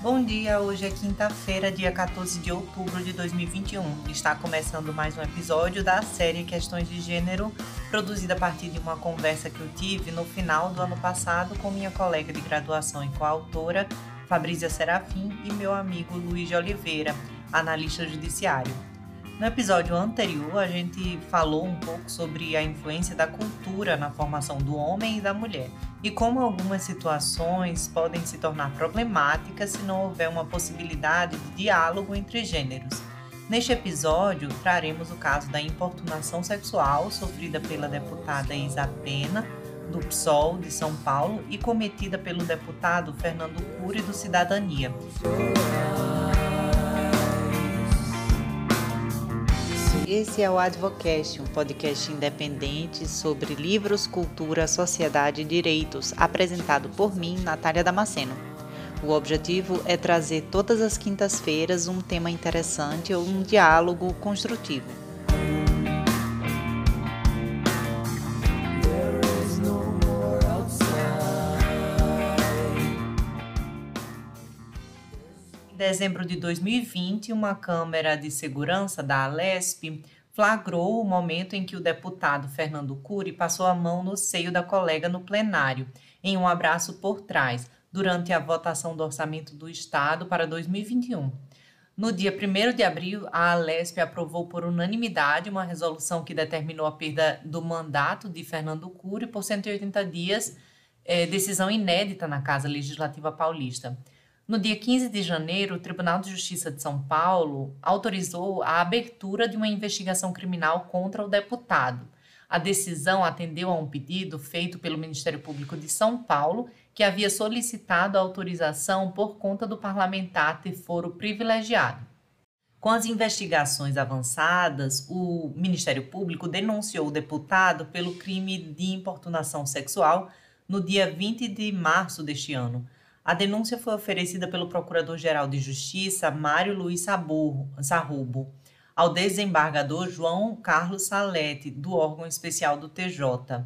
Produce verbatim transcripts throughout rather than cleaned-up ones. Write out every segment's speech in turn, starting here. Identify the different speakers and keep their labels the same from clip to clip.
Speaker 1: Bom dia, hoje é quinta-feira, dia quatorze de outubro de dois mil e vinte e um. Está começando mais um episódio da série Questões de Gênero, produzida a partir de uma conversa que eu tive no final do ano passado com minha colega de graduação e coautora, Fabrícia Serafim, e meu amigo Luiz de Oliveira, analista judiciário. No episódio anterior, a gente falou um pouco sobre a influência da cultura na formação do homem e da mulher e como algumas situações podem se tornar problemáticas se não houver uma possibilidade de diálogo entre gêneros. Neste episódio, traremos o caso da importunação sexual sofrida pela deputada Isa Pena, do P SOL de São Paulo, e cometida pelo deputado Fernando Cury, do Cidadania. Esse é o Advocast, um podcast independente sobre livros, cultura, sociedade e direitos, apresentado por mim, Natália Damasceno. O objetivo é trazer todas as quintas-feiras um tema interessante ou um diálogo construtivo. Em dezembro de dois mil e vinte, uma câmera de segurança da Alesp flagrou o momento em que o deputado Fernando Cury passou a mão no seio da colega no plenário, em um abraço por trás, durante a votação do Orçamento do Estado para dois mil e vinte e um. No dia primeiro de abril, a Alesp aprovou por unanimidade uma resolução que determinou a perda do mandato de Fernando Cury por cento e oitenta dias, eh, decisão inédita na Casa Legislativa Paulista. No dia quinze de janeiro, o Tribunal de Justiça de São Paulo autorizou a abertura de uma investigação criminal contra o deputado. A decisão atendeu a um pedido feito pelo Ministério Público de São Paulo, que havia solicitado a autorização por conta do parlamentar ter foro privilegiado. Com as investigações avançadas, o Ministério Público denunciou o deputado pelo crime de importunação sexual no dia vinte de março deste ano. A denúncia foi oferecida pelo Procurador-Geral de Justiça, Mário Luiz Sarrubo, ao desembargador João Carlos Salete, do órgão especial do T J.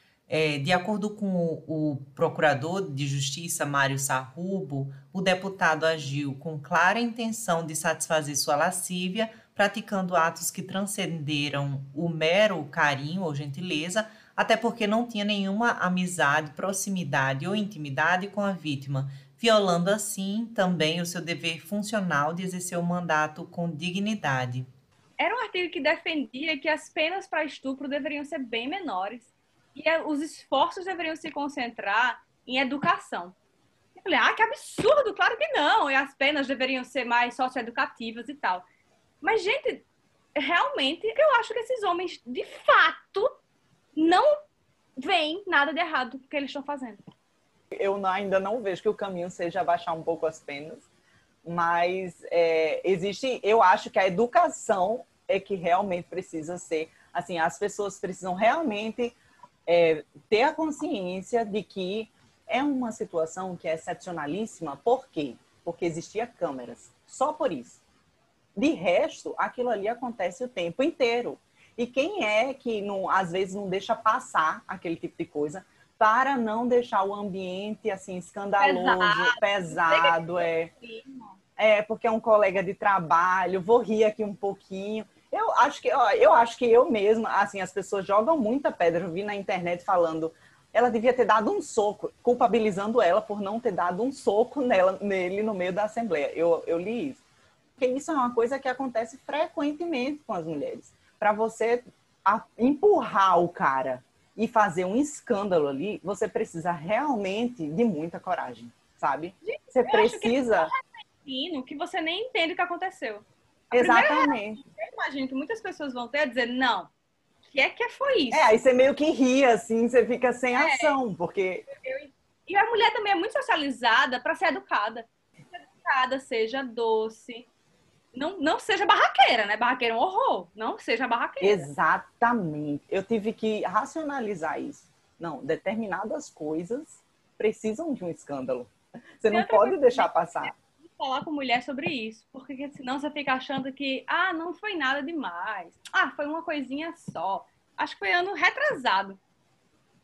Speaker 1: É, de acordo com o, o Procurador de Justiça, Mário Sarrubo, o deputado agiu com clara intenção de satisfazer sua lascívia, praticando atos que transcenderam o mero carinho ou gentileza, até porque não tinha nenhuma amizade, proximidade ou intimidade com a vítima, violando assim também o seu dever funcional de exercer o mandato com dignidade.
Speaker 2: Era um artigo que defendia que as penas para estupro deveriam ser bem menores e os esforços deveriam se concentrar em educação. Eu falei, ah, que absurdo, claro que não, e as penas deveriam ser mais socioeducativas e tal. Mas, gente, realmente, eu acho que esses homens, de fato, não veem nada de errado do que eles estão fazendo.
Speaker 3: Eu ainda não vejo que o caminho seja abaixar um pouco as penas, mas é, existe, eu acho que a educação é que realmente precisa ser, assim, as pessoas precisam realmente é, ter a consciência de que é uma situação que é excepcionalíssima. Por quê? Porque existia câmeras, só por isso. De resto, aquilo ali acontece o tempo inteiro. E quem é que, não, às vezes, não deixa passar aquele tipo de coisa para não deixar o ambiente, assim, escandaloso, pesado, pesado é, é, porque é um colega de trabalho, vou rir aqui um pouquinho. Eu acho que, ó, eu acho que eu mesma, assim, as pessoas jogam muita pedra. Eu vi na internet falando, ela devia ter dado um soco, culpabilizando ela por não ter dado um soco nela, nele no meio da Assembleia. Eu, eu li isso. Porque isso é uma coisa que acontece frequentemente com as mulheres. Para você empurrar o cara e fazer um escândalo ali, você precisa realmente de muita coragem, sabe?
Speaker 2: Gente,
Speaker 3: você precisa...
Speaker 2: Que, que você nem entende o que aconteceu. A
Speaker 3: Exatamente.
Speaker 2: Eu imagino que muitas pessoas vão ter a dizer, não, o que é que foi isso?
Speaker 3: É, aí você meio que ri, assim, você fica sem é, ação, porque...
Speaker 2: Eu, e a mulher também é muito socializada para ser educada. Seja educada, seja doce... Não, não seja barraqueira, né? Barraqueira é um horror. Não seja barraqueira.
Speaker 3: Exatamente. Eu tive que racionalizar isso. Não, determinadas coisas precisam de um escândalo. Você não pode deixar passar.
Speaker 2: Falar com mulher sobre isso, porque senão você fica achando que, ah, não foi nada demais. Ah, foi uma coisinha só. Acho que foi ano retrasado.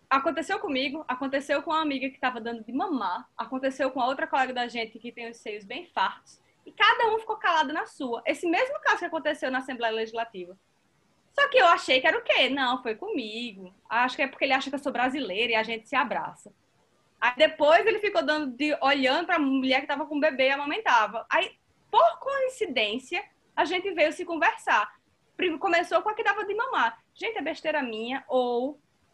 Speaker 2: Aconteceu comigo, aconteceu com uma amiga que estava dando de mamar, aconteceu com a outra colega da gente que tem os seios bem fartos, e cada um ficou calado na sua. Esse mesmo caso que aconteceu na Assembleia Legislativa. Só que eu achei que era o quê? Não, foi comigo. Acho que é porque ele acha que eu sou brasileira e a gente se abraça. Aí depois ele ficou dando de, olhando para a mulher que estava com o bebê e amamentava. Aí, por coincidência, a gente veio se conversar. Começou com a que dava de mamar. Gente, é besteira minha ou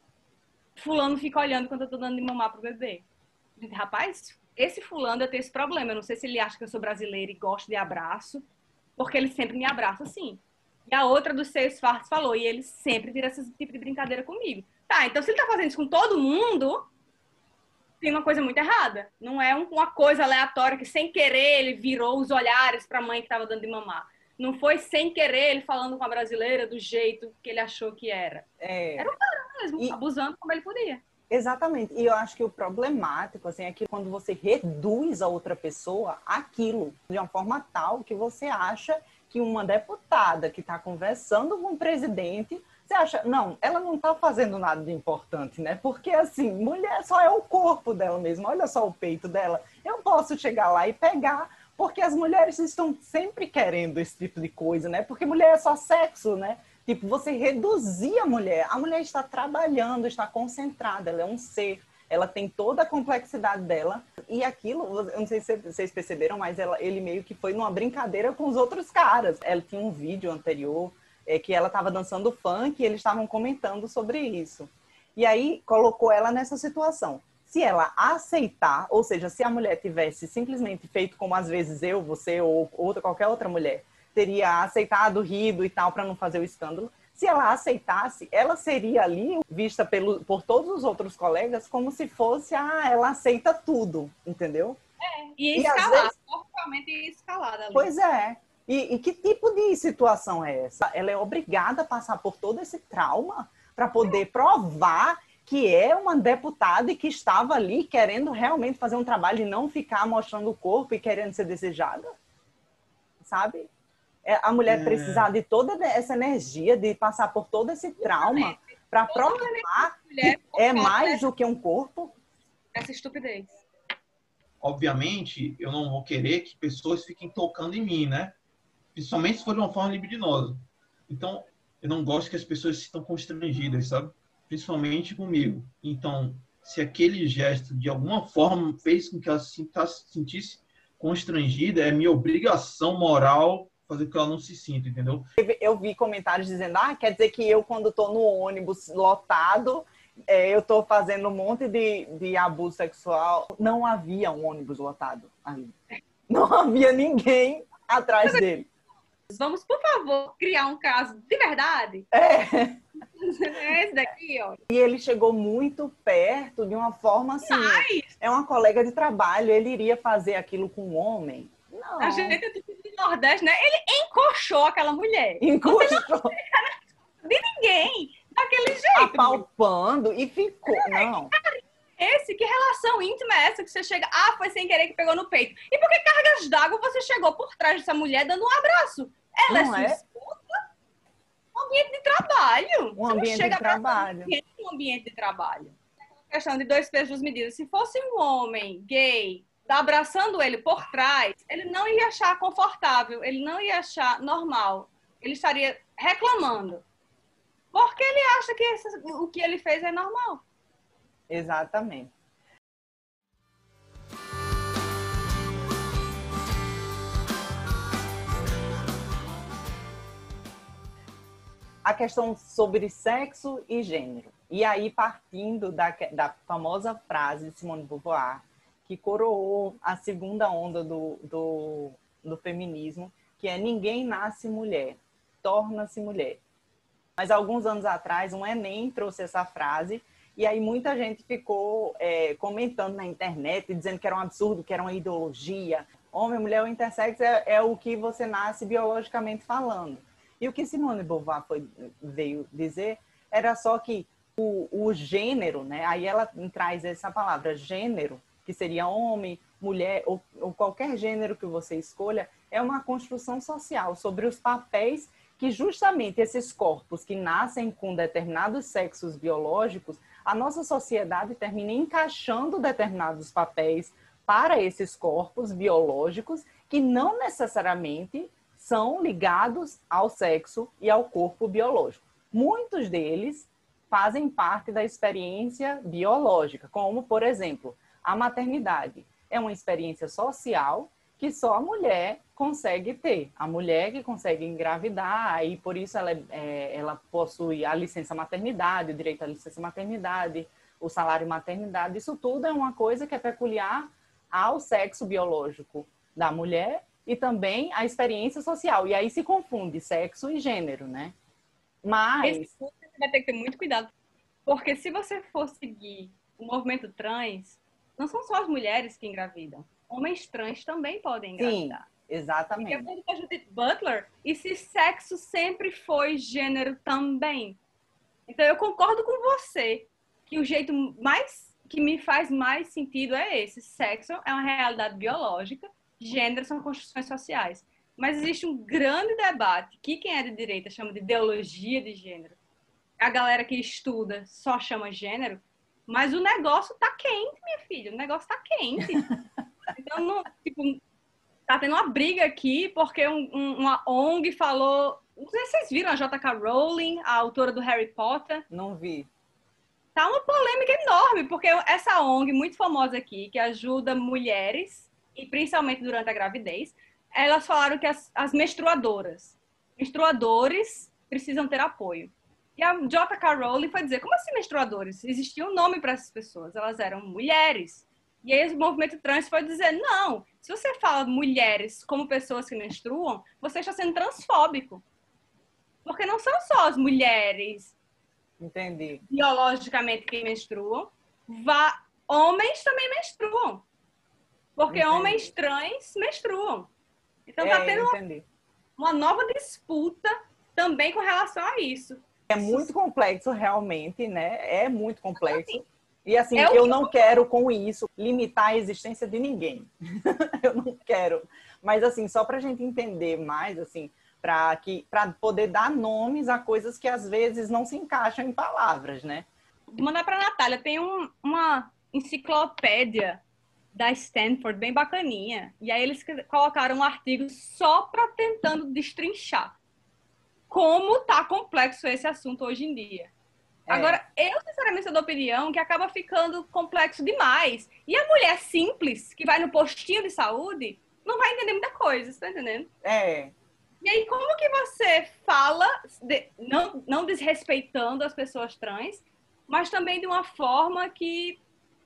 Speaker 2: fulano fica olhando quando eu tô dando de mamar pro bebê. Gente, rapaz, esse fulano eu tenho esse problema. Eu não sei se ele acha que eu sou brasileira e gosta de abraço, porque ele sempre me abraça assim. E a outra dos seios fartos falou, e ele sempre vira esse tipo de brincadeira comigo. Tá, então se ele tá fazendo isso com todo mundo, tem uma coisa muito errada. Não é uma coisa aleatória que sem querer ele virou os olhares pra mãe que tava dando de mamar. Não foi sem querer ele falando com a brasileira do jeito que ele achou que era.
Speaker 3: É.
Speaker 2: Era o cara mesmo,
Speaker 3: E...
Speaker 2: abusando como ele podia.
Speaker 3: Exatamente. E eu acho que o problemático assim, é que quando você reduz a outra pessoa aquilo de uma forma tal que você acha que uma deputada que está conversando com o presidente, você acha, não, ela não está fazendo nada de importante, né? Porque, assim, mulher só é o corpo dela mesma, olha só o peito dela. Eu posso chegar lá e pegar, porque as mulheres estão sempre querendo esse tipo de coisa, né? Porque mulher é só sexo, né? Tipo, você reduzir a mulher. A mulher está trabalhando, está concentrada, ela é um ser. Ela tem toda a complexidade dela. E aquilo, eu não sei se vocês perceberam, mas ela, ele meio que foi numa brincadeira com os outros caras. Ela tinha um vídeo anterior é, que ela estava dançando funk e eles estavam comentando sobre isso. E aí colocou ela nessa situação. Se ela aceitar, ou seja, se a mulher tivesse simplesmente feito como às vezes eu, você ou outra, qualquer outra mulher, teria aceitado, rido e tal, para não fazer o escândalo. Se ela aceitasse, ela seria ali vista pelo, por todos os outros colegas como se fosse, ah, ela aceita tudo, entendeu?
Speaker 2: É, e,
Speaker 3: e
Speaker 2: escalar,
Speaker 3: vezes...
Speaker 2: totalmente escalada ali.
Speaker 3: Pois é. E, e que tipo de situação é essa? Ela é obrigada a passar por todo esse trauma para poder é. provar que é uma deputada e que estava ali querendo realmente fazer um trabalho e não ficar mostrando o corpo e querendo ser desejada? Sabe? A mulher é. precisar de toda essa energia, de passar por todo esse trauma para provar que é mais do que um corpo.
Speaker 2: Essa estupidez.
Speaker 4: Obviamente, eu não vou querer que pessoas fiquem tocando em mim, né? Principalmente se for de uma forma libidinosa. Então, eu não gosto que as pessoas se sintam constrangidas, sabe? Principalmente comigo. Então, se aquele gesto, de alguma forma, fez com que ela se sentisse constrangida, é minha obrigação moral fazer com que ela não se sinta, entendeu?
Speaker 3: Eu vi comentários dizendo, ah, quer dizer que eu, quando estou no ônibus lotado, é, eu estou fazendo um monte de, de abuso sexual. Não havia um ônibus lotado ali. Não havia ninguém atrás dele.
Speaker 2: Vamos, por favor, criar um caso de verdade?
Speaker 3: É.
Speaker 2: Esse daqui, ó.
Speaker 3: E ele chegou muito perto de uma forma assim,
Speaker 2: Mas...
Speaker 3: é uma colega de trabalho, ele iria fazer aquilo com um homem? Não.
Speaker 2: A gente é do Nordeste, né? Ele encoxou aquela mulher.
Speaker 3: Encoxou.
Speaker 2: De ninguém. Daquele jeito.
Speaker 3: Apalpando e ficou. Não.
Speaker 2: Esse, que relação íntima é essa que você chega... Ah, foi sem querer que pegou no peito. E por que cargas d'água você chegou por trás dessa mulher dando um abraço? Ela
Speaker 3: não
Speaker 2: é sua esposa? Um ambiente de trabalho.
Speaker 3: Um ambiente de trabalho.
Speaker 2: Um ambiente de trabalho. Questão de dois pesos, duas medidas. Se fosse um homem gay... abraçando ele por trás, ele não ia achar confortável, ele não ia achar normal. Ele estaria reclamando. Porque ele acha que esse, o que ele fez é normal.
Speaker 3: Exatamente. A questão sobre sexo e gênero. E aí, partindo da, da famosa frase de Simone de Beauvoir, que coroou a segunda onda do, do, do feminismo, que é ninguém nasce mulher, torna-se mulher. Mas alguns anos atrás, um Enem trouxe essa frase, e aí muita gente ficou é, comentando na internet, dizendo que era um absurdo, que era uma ideologia. Homem, mulher ou intersexo é, é o que você nasce biologicamente falando. E o que Simone de Beauvoir foi, veio dizer era só que o, o gênero, né? Aí ela traz essa palavra gênero, que seria homem, mulher, ou, ou qualquer gênero que você escolha, é uma construção social sobre os papéis que justamente esses corpos que nascem com determinados sexos biológicos, a nossa sociedade termina encaixando determinados papéis para esses corpos biológicos que não necessariamente são ligados ao sexo e ao corpo biológico. Muitos deles fazem parte da experiência biológica, como, por exemplo, a maternidade. É uma experiência social que só a mulher consegue ter. A mulher que consegue engravidar, e por isso ela, é, ela possui a licença maternidade, o direito à licença maternidade, o salário maternidade. Isso tudo é uma coisa que é peculiar ao sexo biológico da mulher e também à experiência social. E aí se confunde sexo e gênero, né? Mas...
Speaker 2: Esse ponto você vai ter que ter muito cuidado. Porque se você for seguir o movimento trans, não são só as mulheres que engravidam. Homens trans também podem engravidar.
Speaker 3: Sim, exatamente.
Speaker 2: Porque a Judith Butler, e se sexo sempre foi gênero também. Então eu concordo com você que o jeito mais que me faz mais sentido é esse. Sexo é uma realidade biológica, gênero são construções sociais. Mas existe um grande debate que quem é de direita chama de ideologia de gênero. A galera que estuda só chama gênero, mas o negócio tá quente, minha filha. O negócio tá quente. Então, não, tipo, tá tendo uma briga aqui porque um, um, uma O N G falou... Não sei se vocês viram a J K. Rowling, a autora do Harry Potter.
Speaker 3: Não vi.
Speaker 2: Tá uma polêmica enorme, porque essa O N G muito famosa aqui, que ajuda mulheres, e principalmente durante a gravidez, elas falaram que as, as menstruadoras, menstruadores precisam ter apoio. E a J K. Rowling foi dizer, como assim menstruadores? Existia um nome para essas pessoas, elas eram mulheres. E aí o movimento trans foi dizer, não, se você fala mulheres como pessoas que menstruam, você está sendo transfóbico. Porque não são só as mulheres
Speaker 3: Entendi.
Speaker 2: biologicamente que menstruam, vá... homens também menstruam. Porque
Speaker 3: Entendi.
Speaker 2: Homens trans menstruam. Então
Speaker 3: É,
Speaker 2: tá tendo uma,
Speaker 3: entendi.
Speaker 2: uma nova disputa também com relação a isso.
Speaker 3: É muito complexo, realmente, né? É muito complexo. E assim,
Speaker 2: É o
Speaker 3: eu
Speaker 2: que
Speaker 3: não
Speaker 2: eu-
Speaker 3: quero com isso limitar a existência de ninguém. Eu não quero. Mas assim, só para a gente entender mais, assim, para que para poder dar nomes a coisas que às vezes não se encaixam em palavras, né?
Speaker 2: Vou mandar para a Natália. Tem um- uma enciclopédia da Stanford bem bacaninha. E aí eles colocaram um artigo só para tentando destrinchar como tá complexo esse assunto hoje em dia.
Speaker 3: É.
Speaker 2: Agora, eu sinceramente sou da opinião que acaba ficando complexo demais. E a mulher simples, que vai no postinho de saúde, não vai entender muita coisa, você tá entendendo?
Speaker 3: É,
Speaker 2: E aí, como que você fala, de- não, não desrespeitando as pessoas trans, mas também de uma forma que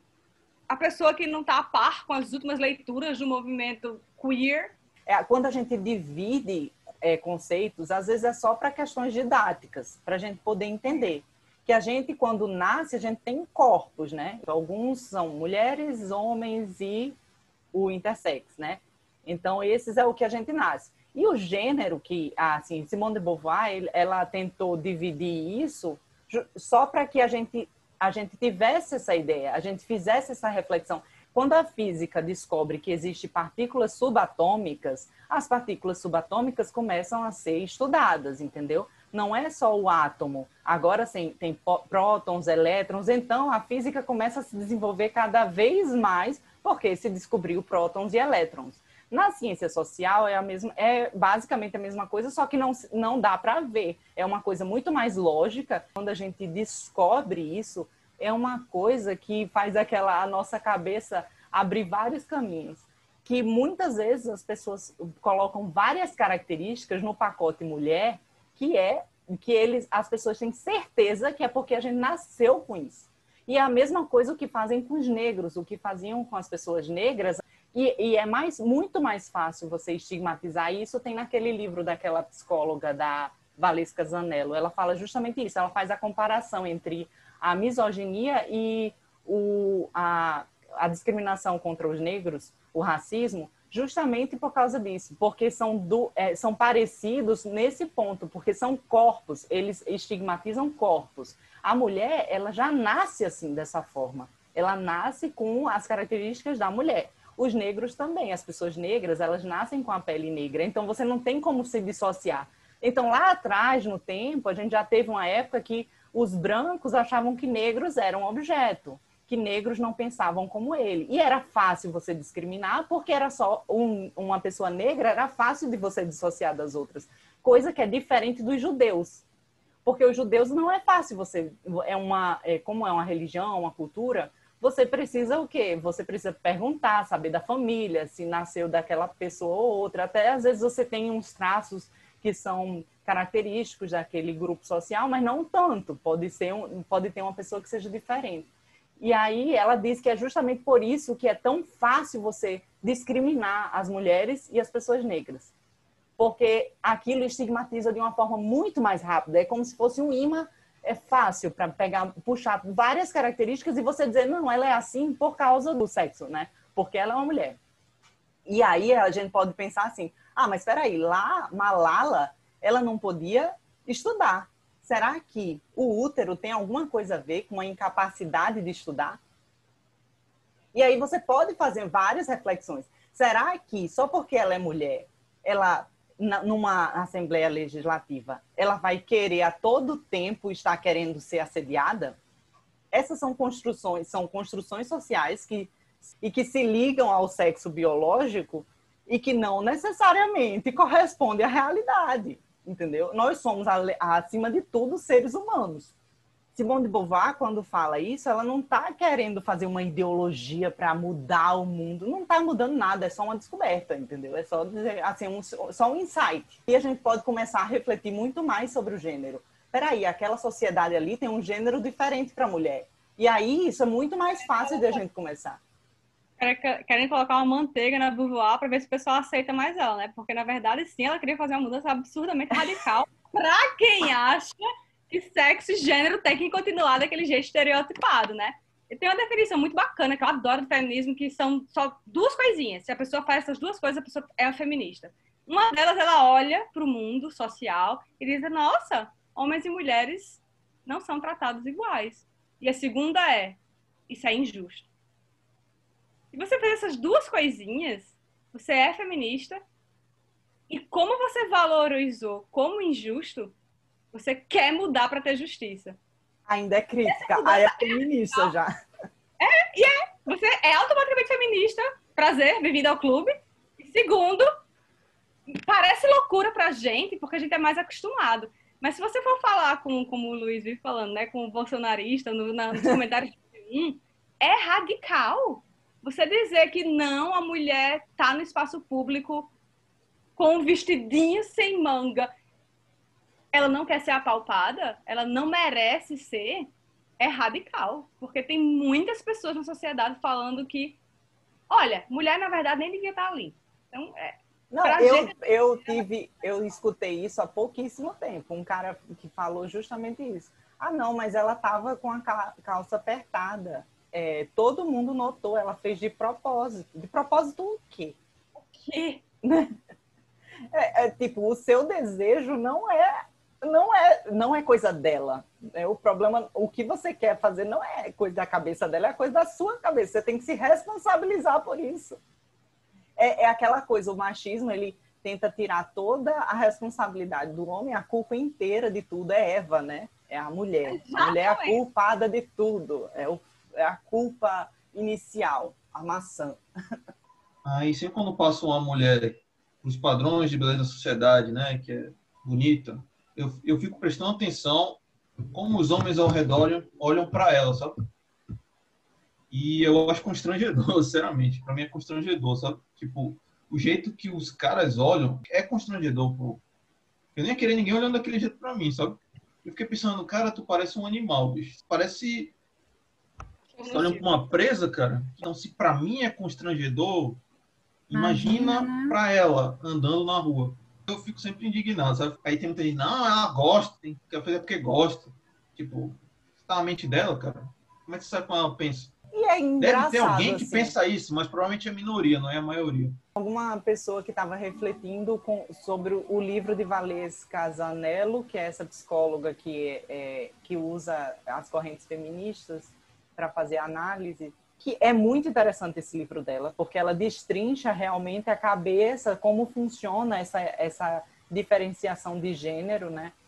Speaker 2: a pessoa que não está a par com as últimas leituras do movimento queer...
Speaker 3: é, quando a gente divide é, conceitos, às vezes é só para questões didáticas, para a gente poder entender. Que a gente, quando nasce, a gente tem corpos, né? Alguns são mulheres, homens e o intersex, né? Então, esses é o que a gente nasce. E o gênero, que, assim, Simone de Beauvoir, ela tentou dividir isso só para que a gente, a gente tivesse essa ideia, a gente fizesse essa reflexão. Quando a física descobre que existem partículas subatômicas, as partículas subatômicas começam a ser estudadas, entendeu? Não é só o átomo. Agora sim, tem prótons, elétrons, então a física começa a se desenvolver cada vez mais porque se descobriu prótons e elétrons. Na ciência social é, a mesma, é basicamente a mesma coisa, só que não, não dá para ver. É uma coisa muito mais lógica. Quando a gente descobre isso, é uma coisa que faz aquela, a nossa cabeça abrir vários caminhos. Que muitas vezes as pessoas colocam várias características no pacote mulher, que é que eles, as pessoas têm certeza que é porque a gente nasceu com isso. E é a mesma coisa o que fazem com os negros, o que faziam com as pessoas negras. E, e é mais, muito mais fácil você estigmatizar isso. Tem naquele livro daquela psicóloga, da Valesca Zanello. Ela fala justamente isso. Ela faz a comparação entre a misoginia e o, a, a discriminação contra os negros, o racismo, justamente por causa disso. Porque são, do, é, são parecidos nesse ponto, porque são corpos, eles estigmatizam corpos. A mulher, ela já nasce assim, dessa forma. Ela nasce com as características da mulher. Os negros também, as pessoas negras, elas nascem com a pele negra, então você não tem como se dissociar. Então, lá atrás, no tempo, a gente já teve uma época que os brancos achavam que negros eram objeto, que negros não pensavam como ele. E era fácil você discriminar, porque era só um, uma pessoa negra, era fácil de você dissociar das outras. Coisa que é diferente dos judeus. Porque os judeus não é fácil você... É uma, é, como é uma religião, uma cultura, você precisa o quê? Você precisa perguntar, saber da família, se nasceu daquela pessoa ou outra. Até às vezes você tem uns traços que são característicos daquele grupo social, mas não tanto. Pode ser um, pode ter uma pessoa que seja diferente. E aí ela diz que é justamente por isso que é tão fácil você discriminar as mulheres e as pessoas negras. Porque aquilo estigmatiza de uma forma muito mais rápida. É como se fosse um imã, é fácil para pegar, puxar várias características e você dizer, não, ela é assim por causa do sexo, né? Porque ela é uma mulher. E aí a gente pode pensar assim, ah, mas espera aí, lá Malala, ela não podia estudar. Será que o útero tem alguma coisa a ver com a incapacidade de estudar? E aí você pode fazer várias reflexões. Será que só porque ela é mulher, ela, numa Assembleia Legislativa, ela vai querer a todo tempo estar querendo ser assediada? Essas são construções, são construções sociais que, e que se ligam ao sexo biológico e que não necessariamente correspondem à realidade. Entendeu? Nós somos, acima de tudo, seres humanos. Simone de Beauvoir, quando fala isso, ela não está querendo fazer uma ideologia para mudar o mundo. Não está mudando nada, é só uma descoberta, entendeu? É só, dizer, assim, um, só um insight. E a gente pode começar a refletir muito mais sobre o gênero. Peraí, aquela sociedade ali tem um gênero diferente para a mulher. E aí, isso é muito mais fácil de a gente começar.
Speaker 2: Querem colocar uma manteiga na Beauvoir para ver se o pessoal aceita mais ela, né? Porque, na verdade, sim, ela queria fazer uma mudança absurdamente radical para quem acha que sexo e gênero tem que continuar daquele jeito estereotipado, né? E tem uma definição muito bacana, que eu adoro do feminismo, que são só duas coisinhas. Se a pessoa faz essas duas coisas, a pessoa é uma feminista. Uma delas, ela olha para o mundo social e diz, nossa, homens e mulheres não são tratados iguais. E a segunda é, isso é injusto. Se você faz essas duas coisinhas, você é feminista e como você valorizou como injusto, você quer mudar para ter justiça.
Speaker 3: Ainda é crítica, aí é feminista já.
Speaker 2: É, e é. Você é automaticamente feminista, prazer, bem-vindo ao clube. E segundo, parece loucura pra gente, porque a gente é mais acostumado. Mas se você for falar, com, como o Luiz vive falando, né, com o bolsonarista no, na, nos comentários, hum, é radical. Você dizer que não, a mulher tá no espaço público com um vestidinho sem manga, ela não quer ser apalpada, ela não merece ser, é radical. Porque tem muitas pessoas na sociedade falando que, olha, mulher na verdade nem devia estar ali. Então, é,
Speaker 3: não, eu, gente... eu tive, eu escutei isso há pouquíssimo tempo, um cara que falou justamente isso. Ah, não, mas ela tava com a calça apertada. É, todo mundo notou, ela fez de propósito. De propósito o quê?
Speaker 2: O quê?
Speaker 3: É, é, tipo, o seu desejo não é, não é, não é coisa dela. É, o problema, o que você quer fazer não é coisa da cabeça dela, é coisa da sua cabeça. Você tem que se responsabilizar por isso. É, é aquela coisa, o machismo, ele tenta tirar toda a responsabilidade do homem, a culpa inteira de tudo é Eva, né? É a mulher. Exatamente. A mulher é a culpada de tudo. É o É a culpa inicial, a maçã.
Speaker 4: Aí sempre quando passa uma mulher os padrões de beleza da sociedade, né, que é bonita, eu, eu fico prestando atenção como os homens ao redor olham para ela, sabe? E eu acho constrangedor, sinceramente. Para mim é constrangedor, sabe? Tipo, o jeito que os caras olham é constrangedor, pô. Eu nem ia querer ninguém olhando daquele jeito para mim, sabe? Eu fiquei pensando, cara, tu parece um animal, bicho. Parece... Você tá olhando para uma presa, cara? Então, se para mim é constrangedor, imagina uhum. para ela andando na rua. Eu fico sempre indignado, sabe? Aí tem muita gente, não, ela gosta, tem que fazer porque gosta. Tipo, tá na mente dela, cara. Como é que você sabe como ela pensa?
Speaker 3: E é engraçado,
Speaker 4: deve ter alguém que
Speaker 3: assim.
Speaker 4: pensa isso, mas provavelmente é a minoria, não é a maioria.
Speaker 3: Alguma pessoa que estava refletindo com, sobre o livro de Valesca Zanello, que é essa psicóloga que, é, que usa as correntes feministas para fazer análise, que é muito interessante esse livro dela, porque ela destrincha realmente a cabeça, como funciona essa, essa diferenciação de gênero, né?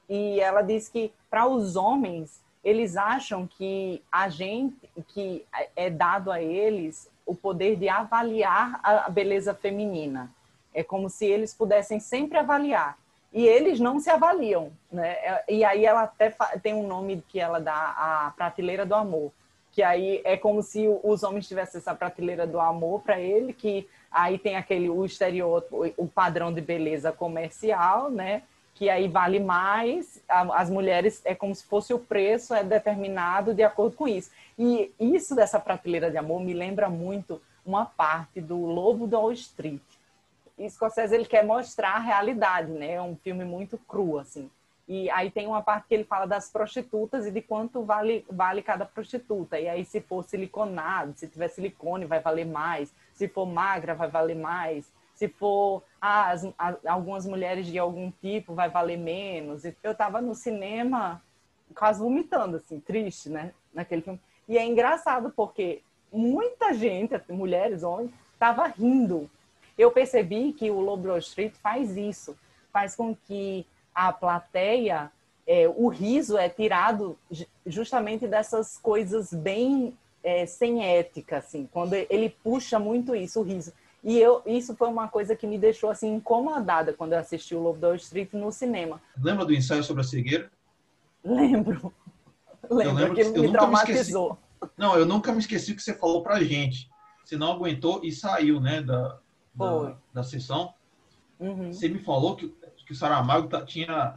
Speaker 3: E ela diz que para os homens, eles acham que a gente, que é dado a eles o poder de avaliar a beleza feminina. É como se eles pudessem sempre avaliar. E eles não se avaliam, né? E aí ela até tem um nome que ela dá, a prateleira do amor, que aí é como se os homens tivessem essa prateleira do amor para ele, que aí tem aquele o estereótipo, o padrão de beleza comercial, né? Que aí vale mais, as mulheres é como se fosse o preço é determinado de acordo com isso. E isso dessa prateleira de amor me lembra muito uma parte do Lobo de Wall Street. Scorsese, ele quer mostrar a realidade, né? É um filme muito cru, assim. E aí tem uma parte que ele fala das prostitutas e de quanto vale, vale cada prostituta. E aí se for siliconado, se tiver silicone, vai valer mais. Se for magra, vai valer mais. Se for ah, as, as, algumas mulheres de algum tipo, vai valer menos. Eu estava no cinema quase vomitando, assim, triste, né? Naquele filme. E é engraçado porque muita gente, mulheres, homens, estava rindo. Eu percebi que o Lobo de Wall Street faz isso, faz com que a plateia, é, o riso é tirado justamente dessas coisas bem é, sem ética, assim, quando ele puxa muito isso, o riso. E eu, isso foi uma coisa que me deixou assim incomodada quando eu assisti o Lobo de Wall Street no cinema.
Speaker 4: Lembra do ensaio sobre a cegueira?
Speaker 3: Lembro. Lembro,
Speaker 4: eu lembro
Speaker 3: aquilo
Speaker 4: que eu
Speaker 3: me
Speaker 4: nunca
Speaker 3: traumatizou.
Speaker 4: Me esqueci. Não, eu nunca me esqueci o que você falou pra gente. Você não aguentou e saiu, né, da, da, da sessão.
Speaker 3: Uhum.
Speaker 4: Você me falou que, que o Saramago tá, tinha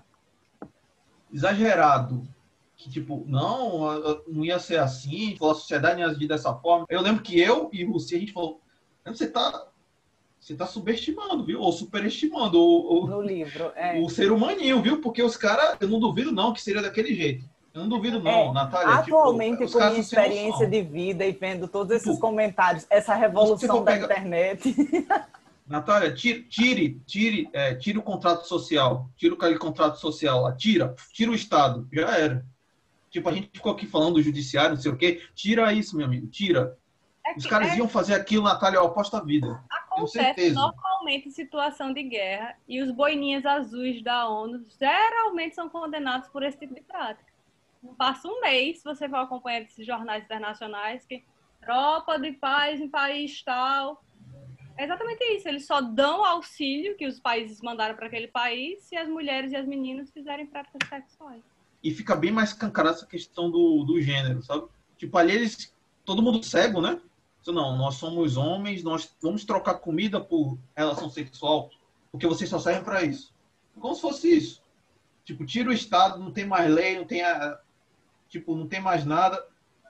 Speaker 4: exagerado. Que, tipo, não, não ia ser assim, a sociedade não ia agir dessa forma. Eu lembro que eu e você, a gente falou, você tá, você tá subestimando, viu? Ou superestimando o, o,
Speaker 3: no livro, é.
Speaker 4: o ser humaninho, viu? Porque os caras, eu não duvido não que seria daquele jeito. Eu não duvido não,
Speaker 3: é,
Speaker 4: Natália.
Speaker 3: Atualmente,
Speaker 4: tipo,
Speaker 3: com minha experiência de vida e vendo todos esses tipo, comentários, essa revolução da pegar... internet...
Speaker 4: Natália, tire, tire, tire, é, tire o contrato social, tira aquele contrato social lá, tira, tira o Estado, já era. Tipo, a gente ficou aqui falando do judiciário, não sei o quê, tira isso, meu amigo, tira. É que, Os caras é... iam fazer aquilo, Natália, eu aposto a vida.
Speaker 2: Acontece normalmente em situação de guerra e os boininhas azuis da ONU geralmente são condenados por esse tipo de prática. Passa um mês, você vai acompanhar esses jornais internacionais que tropa de paz em país tal. É exatamente isso, eles só dão auxílio que os países mandaram para aquele país se as mulheres e as meninas fizerem práticas sexuais.
Speaker 4: E fica bem mais escancarada essa questão do, do gênero, sabe? Tipo, ali eles, todo mundo cego, né? Não, nós somos homens, nós vamos trocar comida por relação sexual, porque vocês só servem para isso. Como se fosse isso. Tipo, tira o Estado, não tem mais lei, não tem a, tipo, não tem mais nada.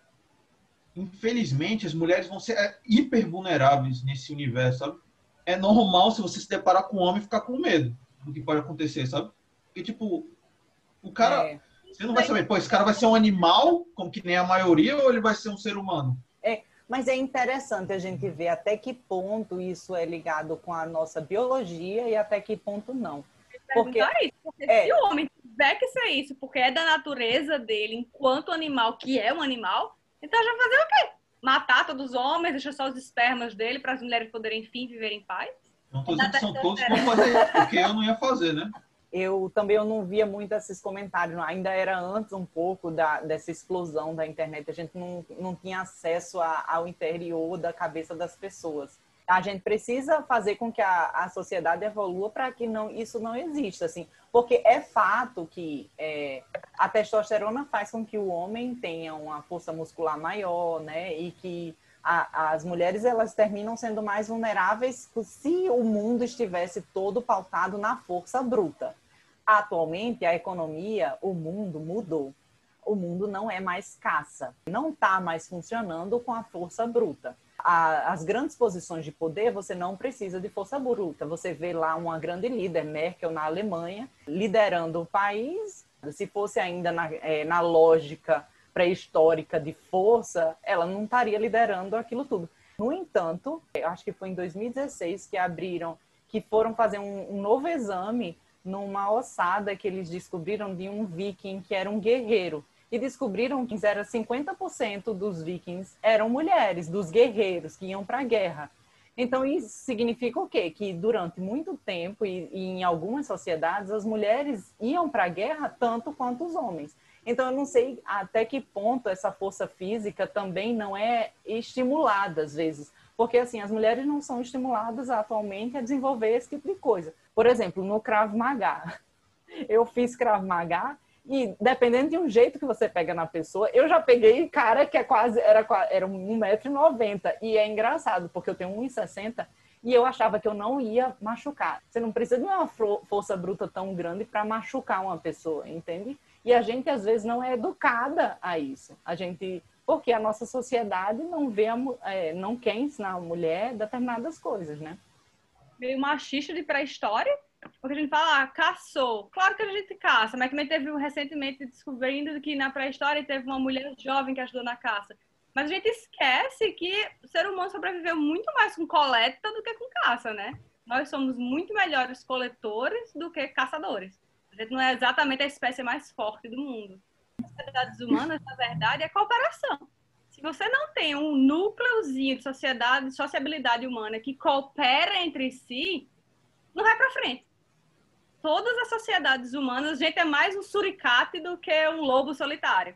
Speaker 4: Infelizmente, as mulheres vão ser hiper vulneráveis nesse universo, sabe? É normal se você se deparar com um homem ficar com medo do que pode acontecer, sabe? Porque, tipo, o cara... É. Você não vai saber, pô, esse cara vai ser um animal, como que nem a maioria, ou ele vai ser um ser humano?
Speaker 3: É, mas é interessante a gente ver até que ponto isso é ligado com a nossa biologia e até que ponto não.
Speaker 2: Porque, isso, porque é, se o homem tiver que ser isso, porque é da natureza dele, enquanto animal, que é um animal, então já vai fazer o quê? Matar todos os homens, deixar só os espermas dele para as mulheres poderem, enfim, viver em paz?
Speaker 4: Não tô dizendo que são todos que vão fazer isso, porque eu não ia fazer, né?
Speaker 3: Eu também eu não via muito esses comentários, ainda era antes um pouco da, dessa explosão da internet, a gente não, não tinha acesso a, ao interior da cabeça das pessoas. A gente precisa fazer com que a, a sociedade evolua para que não, isso não exista, assim, porque é fato que é, a testosterona faz com que o homem tenha uma força muscular maior, né, e que a, as mulheres elas terminam sendo mais vulneráveis se o mundo estivesse todo pautado na força bruta. Atualmente, a economia, o mundo mudou. O mundo não é mais caça, não está mais funcionando com a força bruta. A, as grandes posições de poder, você não precisa de força bruta. Você vê lá uma grande líder, Merkel, na Alemanha, liderando o país. Se fosse ainda na, é, na lógica pré-histórica de força, ela não estaria liderando aquilo tudo. No entanto, eu acho que foi em dois mil e dezesseis que abriram, que foram fazer um, um novo exame numa ossada que eles descobriram de um viking que era um guerreiro. E descobriram que era cinquenta por cento dos vikings eram mulheres, dos guerreiros que iam para a guerra. Então, isso significa o quê? Que durante muito tempo, e, e em algumas sociedades, as mulheres iam para a guerra tanto quanto os homens. Então, eu não sei até que ponto essa força física também não é estimulada, às vezes. Porque, assim, as mulheres não são estimuladas atualmente a desenvolver esse tipo de coisa. Por exemplo, no Krav Maga. Eu fiz Krav Maga e, dependendo de um jeito que você pega na pessoa, eu já peguei cara que é quase, era, era um metro e noventa. E é engraçado, porque eu tenho um metro e sessenta e eu achava que eu não ia machucar. Você não precisa de uma força bruta tão grande para machucar uma pessoa, entende? E a gente, às vezes, não é educada a isso. A gente... Porque a nossa sociedade não vê, a, é, não quer ensinar a mulher determinadas coisas, né?
Speaker 2: Meio machista de pré-história, porque a gente fala, ah, caçou. Claro que a gente caça, mas também teve recentemente descobrindo que na pré-história teve uma mulher jovem que ajudou na caça. Mas a gente esquece que o ser humano sobreviveu muito mais com coleta do que com caça, né? Nós somos muito melhores coletores do que caçadores. A gente não é exatamente a espécie mais forte do mundo. As sociedades humanas, na verdade, é cooperação. Se você não tem um núcleozinho de sociedade, de sociabilidade humana que coopera entre si, não vai para frente. Todas as sociedades humanas, a gente é mais um suricate do que um lobo solitário.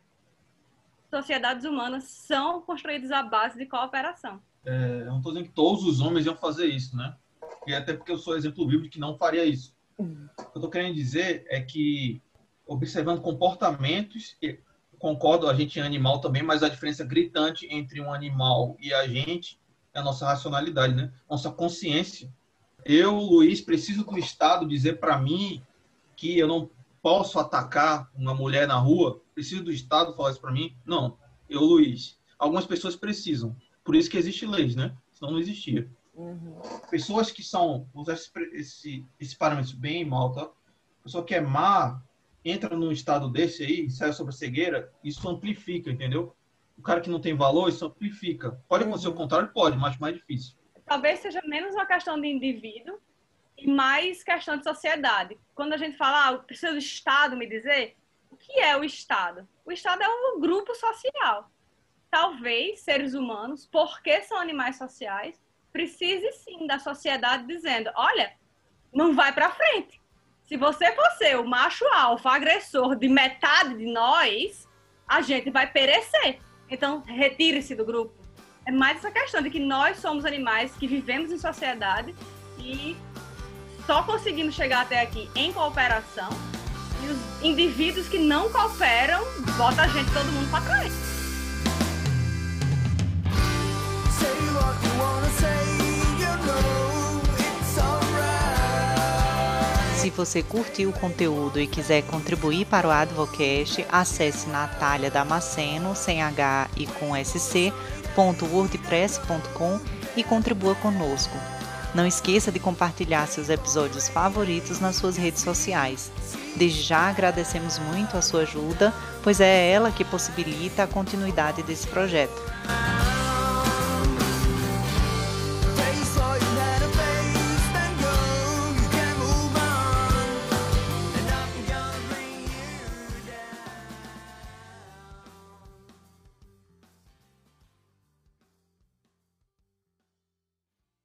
Speaker 2: Sociedades humanas são construídas à base de cooperação.
Speaker 4: É, eu não estou dizendo que todos os homens iam fazer isso, né? E até porque eu sou exemplo vivo de que não faria isso. O que eu estou querendo dizer é que, observando comportamentos, concordo, a gente é animal também, mas a diferença gritante entre um animal e a gente é a nossa racionalidade, né? Nossa consciência. Eu, Luiz, preciso do Estado dizer para mim que eu não posso atacar uma mulher na rua? Preciso do Estado falar isso para mim? Não. Eu, Luiz. Algumas pessoas precisam. Por isso que existe leis, né? Senão não existia. Uhum. Pessoas que são... Vou usar esse, esse, esse parâmetro bem mal, tá? Pessoa que é má, entra num estado desse aí, sai sobre a cegueira, isso amplifica, entendeu? O cara que não tem valor, isso amplifica. Pode acontecer o contrário? Pode, mas mais difícil.
Speaker 2: Talvez seja menos uma questão de indivíduo e mais questão de sociedade. Quando a gente fala, ah, precisa do Estado me dizer, o que é o Estado? O Estado é um grupo social. Talvez seres humanos, porque são animais sociais, precise sim da sociedade dizendo, olha, não vai para frente. Se você for ser o macho alfa agressor de metade de nós, a gente vai perecer. Então, retire-se do grupo. É mais essa questão de que nós somos animais que vivemos em sociedade e só conseguimos chegar até aqui em cooperação, e os indivíduos que não cooperam botam a gente, todo mundo para trás.
Speaker 1: Se você curtiu o conteúdo e quiser contribuir para o Advocast, acesse Natália Damasceno, sem H e com S C, ponto wordpress ponto com e contribua conosco. Não esqueça de compartilhar seus episódios favoritos nas suas redes sociais. Desde já agradecemos muito a sua ajuda, pois é ela que possibilita a continuidade desse projeto.